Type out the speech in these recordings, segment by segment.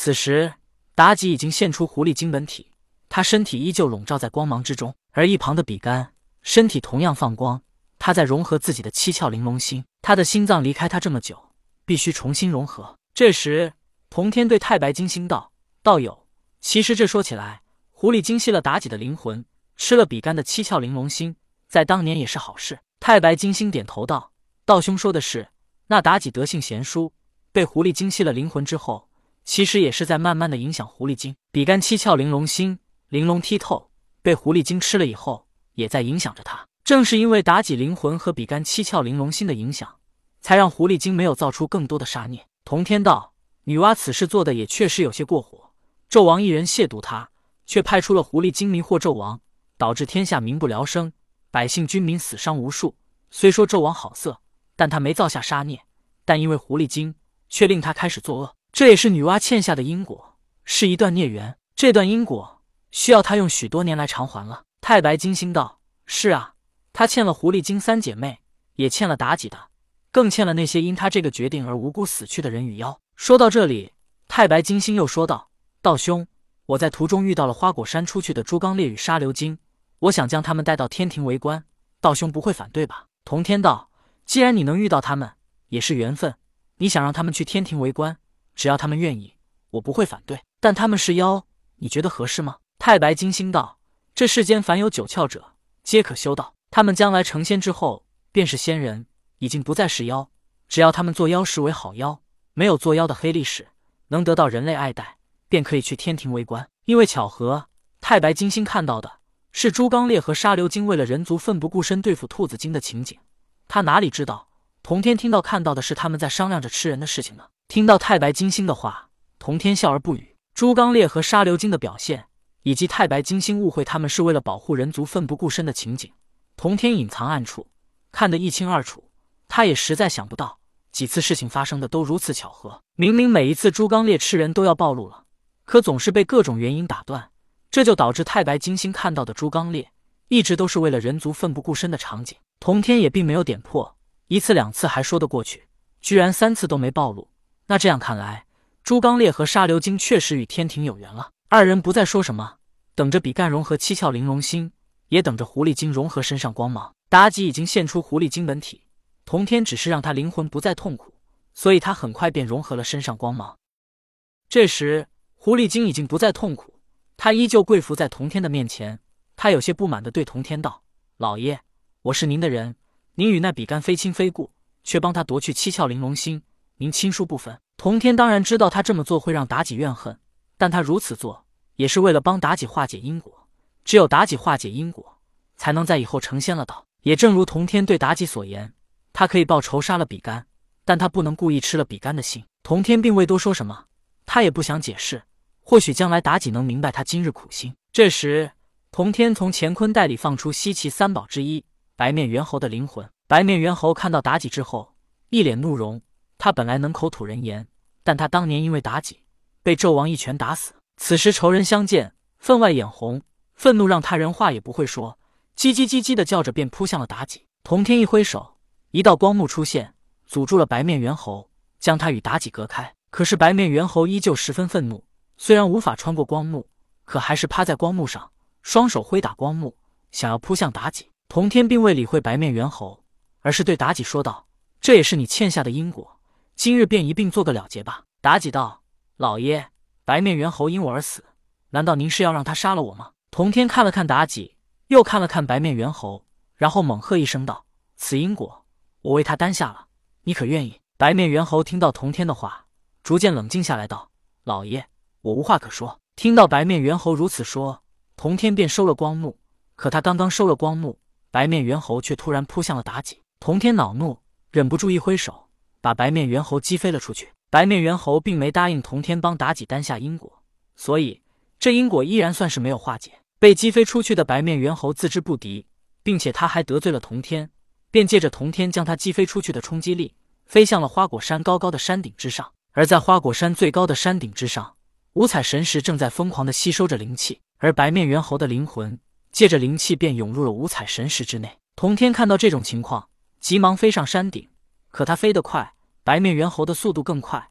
此时妲己已经现出狐狸精本体，她身体依旧笼罩在光芒之中，而一旁的比干身体同样放光，他在融合自己的七窍玲珑心，他的心脏离开他这么久，必须重新融合。这时童天对太白金星道：道友，其实这说起来，狐狸精吸了妲己的灵魂，吃了比干的七窍玲珑心，在当年也是好事。太白金星点头道：道兄说的是，那妲己德性贤淑，被狐狸精吸了灵魂之后，其实也是在慢慢的影响狐狸精。比干七窍玲珑心玲珑剔透，被狐狸精吃了以后，也在影响着他。正是因为妲己灵魂和比干七窍玲珑心的影响，才让狐狸精没有造出更多的杀孽。童天道：女娲此事做的也确实有些过火，纣王一人亵渎他，却派出了狐狸精迷惑纣王，导致天下民不聊生，百姓军民死伤无数。虽说纣王好色，但他没造下杀孽，但因为狐狸精，却令他开始作恶。这也是女娲欠下的因果，是一段孽缘。这段因果需要他用许多年来偿还了。太白金星道：是啊，他欠了狐狸精三姐妹，也欠了妲己的，更欠了那些因他这个决定而无辜死去的人与妖。说到这里，太白金星又说道：道兄，我在途中遇到了花果山出去的猪刚鬣与沙流金，我想将他们带到天庭为官，道兄不会反对吧？童天道：既然你能遇到他们，也是缘分，你想让他们去天庭为官，只要他们愿意，我不会反对。但他们是妖，你觉得合适吗？太白金星道：这世间凡有九窍者，皆可修道。他们将来成仙之后，便是仙人，已经不再是妖。只要他们做妖时为好妖，没有做妖的黑历史，能得到人类爱戴，便可以去天庭为官。因为巧合，太白金星看到的是猪刚鬣和沙流金为了人族奋不顾身对付兔子精的情景。他哪里知道，童天听到看到的是他们在商量着吃人的事情呢？听到太白金星的话，童天笑而不语。猪刚鬣和沙流金的表现，以及太白金星误会他们是为了保护人族奋不顾身的情景，童天隐藏暗处，看得一清二楚。他也实在想不到，几次事情发生的都如此巧合。明明每一次猪刚鬣吃人都要暴露了，可总是被各种原因打断，这就导致太白金星看到的猪刚鬣一直都是为了人族奋不顾身的场景。童天也并没有点破，一次两次还说得过去，居然三次都没暴露。那这样看来，猪刚鬣和沙流金确实与天庭有缘了。二人不再说什么，等着比干融合七窍玲珑心，也等着狐狸精融合身上光芒。妲己已经现出狐狸精本体，童天只是让他灵魂不再痛苦，所以他很快便融合了身上光芒。这时狐狸精已经不再痛苦，他依旧跪伏在童天的面前。他有些不满地对童天道：老爷，我是您的人，您与那比干非亲非故，却帮他夺去七窍玲珑心，您亲疏不分。童天当然知道他这么做会让妲己怨恨，但他如此做也是为了帮妲己化解因果，只有妲己化解因果，才能在以后成仙了道。也正如童天对妲己所言，他可以报仇杀了比干，但他不能故意吃了比干的心。童天并未多说什么，他也不想解释，或许将来妲己能明白他今日苦心。这时童天从乾坤袋里放出稀奇三宝之一白面猿猴的灵魂。白面猿猴看到妲己之后，一脸怒容。他本来能口吐人言，但他当年因为妲己被纣王一拳打死，此时仇人相见，分外眼红，愤怒让他人话也不会说，叽叽叽叽的叫着便扑向了妲己。童天一挥手，一道光幕出现，阻住了白面猿猴，将他与妲己隔开。可是白面猿猴依旧十分愤怒，虽然无法穿过光幕，可还是趴在光幕上，双手挥打光幕，想要扑向妲己。童天并未理会白面猿猴，而是对妲己说道：这也是你欠下的因果，今日便一并做个了结吧。妲己道：老爷，白面猿猴因我而死，难道您是要让他杀了我吗？童天看了看妲己，又看了看白面猿猴，然后猛喝一声道：此因果我为他担下了，你可愿意？白面猿猴听到童天的话，逐渐冷静下来道：老爷，我无话可说。听到白面猿猴如此说，童天便收了光幕。可他刚刚收了光幕，白面猿猴却突然扑向了妲己。童天恼怒，忍不住一挥手，把白面猿猴击飞了出去。白面猿猴并没答应童天帮妲己担下因果，所以这因果依然算是没有化解。被击飞出去的白面猿猴自知不敌，并且他还得罪了童天，便借着童天将他击飞出去的冲击力，飞向了花果山高高的山顶之上。而在花果山最高的山顶之上，五彩神石正在疯狂地吸收着灵气，而白面猿猴的灵魂借着灵气便涌入了五彩神石之内。童天看到这种情况，急忙飞上山顶，可他飞得快，白面猿猴的速度更快，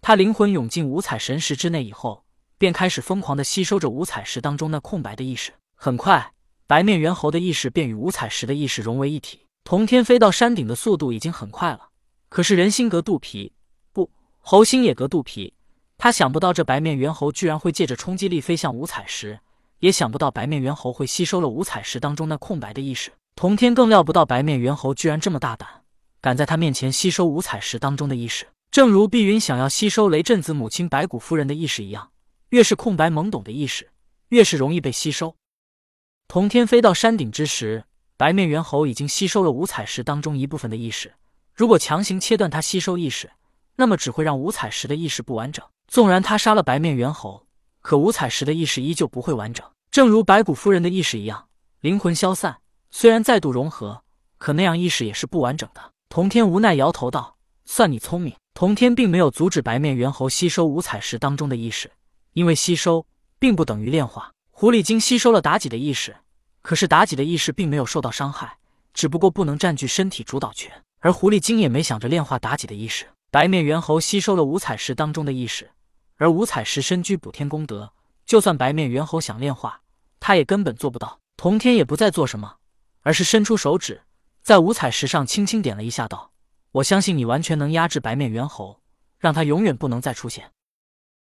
他灵魂涌进五彩神石之内以后，便开始疯狂地吸收着五彩石当中那空白的意识。很快，白面猿猴的意识便与五彩石的意识融为一体。童天飞到山顶的速度已经很快了，可是人心隔肚皮，不，猴心也隔肚皮。他想不到这白面猿猴居然会借着冲击力飞向五彩石，也想不到白面猿猴会吸收了五彩石当中那空白的意识。童天更料不到白面猿猴居然这么大胆，敢在他面前吸收五彩石当中的意识。正如碧云想要吸收雷震子母亲白骨夫人的意识一样，越是空白懵懂的意识，越是容易被吸收。童天飞到山顶之时，白面猿猴已经吸收了五彩石当中一部分的意识。如果强行切断它吸收意识，那么只会让五彩石的意识不完整。纵然他杀了白面猿猴，可五彩石的意识依旧不会完整。正如白骨夫人的意识一样，灵魂消散，虽然再度融合，可那样意识也是不完整的。童天无奈摇头道：“算你聪明。”童天并没有阻止白面猿猴吸收五彩石当中的意识，因为吸收并不等于炼化。狐狸精吸收了妲己的意识，可是妲己的意识并没有受到伤害，只不过不能占据身体主导权，而狐狸精也没想着炼化妲己的意识。白面猿猴吸收了五彩石当中的意识，而五彩石身居补天功德，就算白面猿猴想炼化，他也根本做不到。童天也不再做什么，而是伸出手指，在五彩石上轻轻点了一下，道：“我相信你完全能压制白面猿猴，让他永远不能再出现。”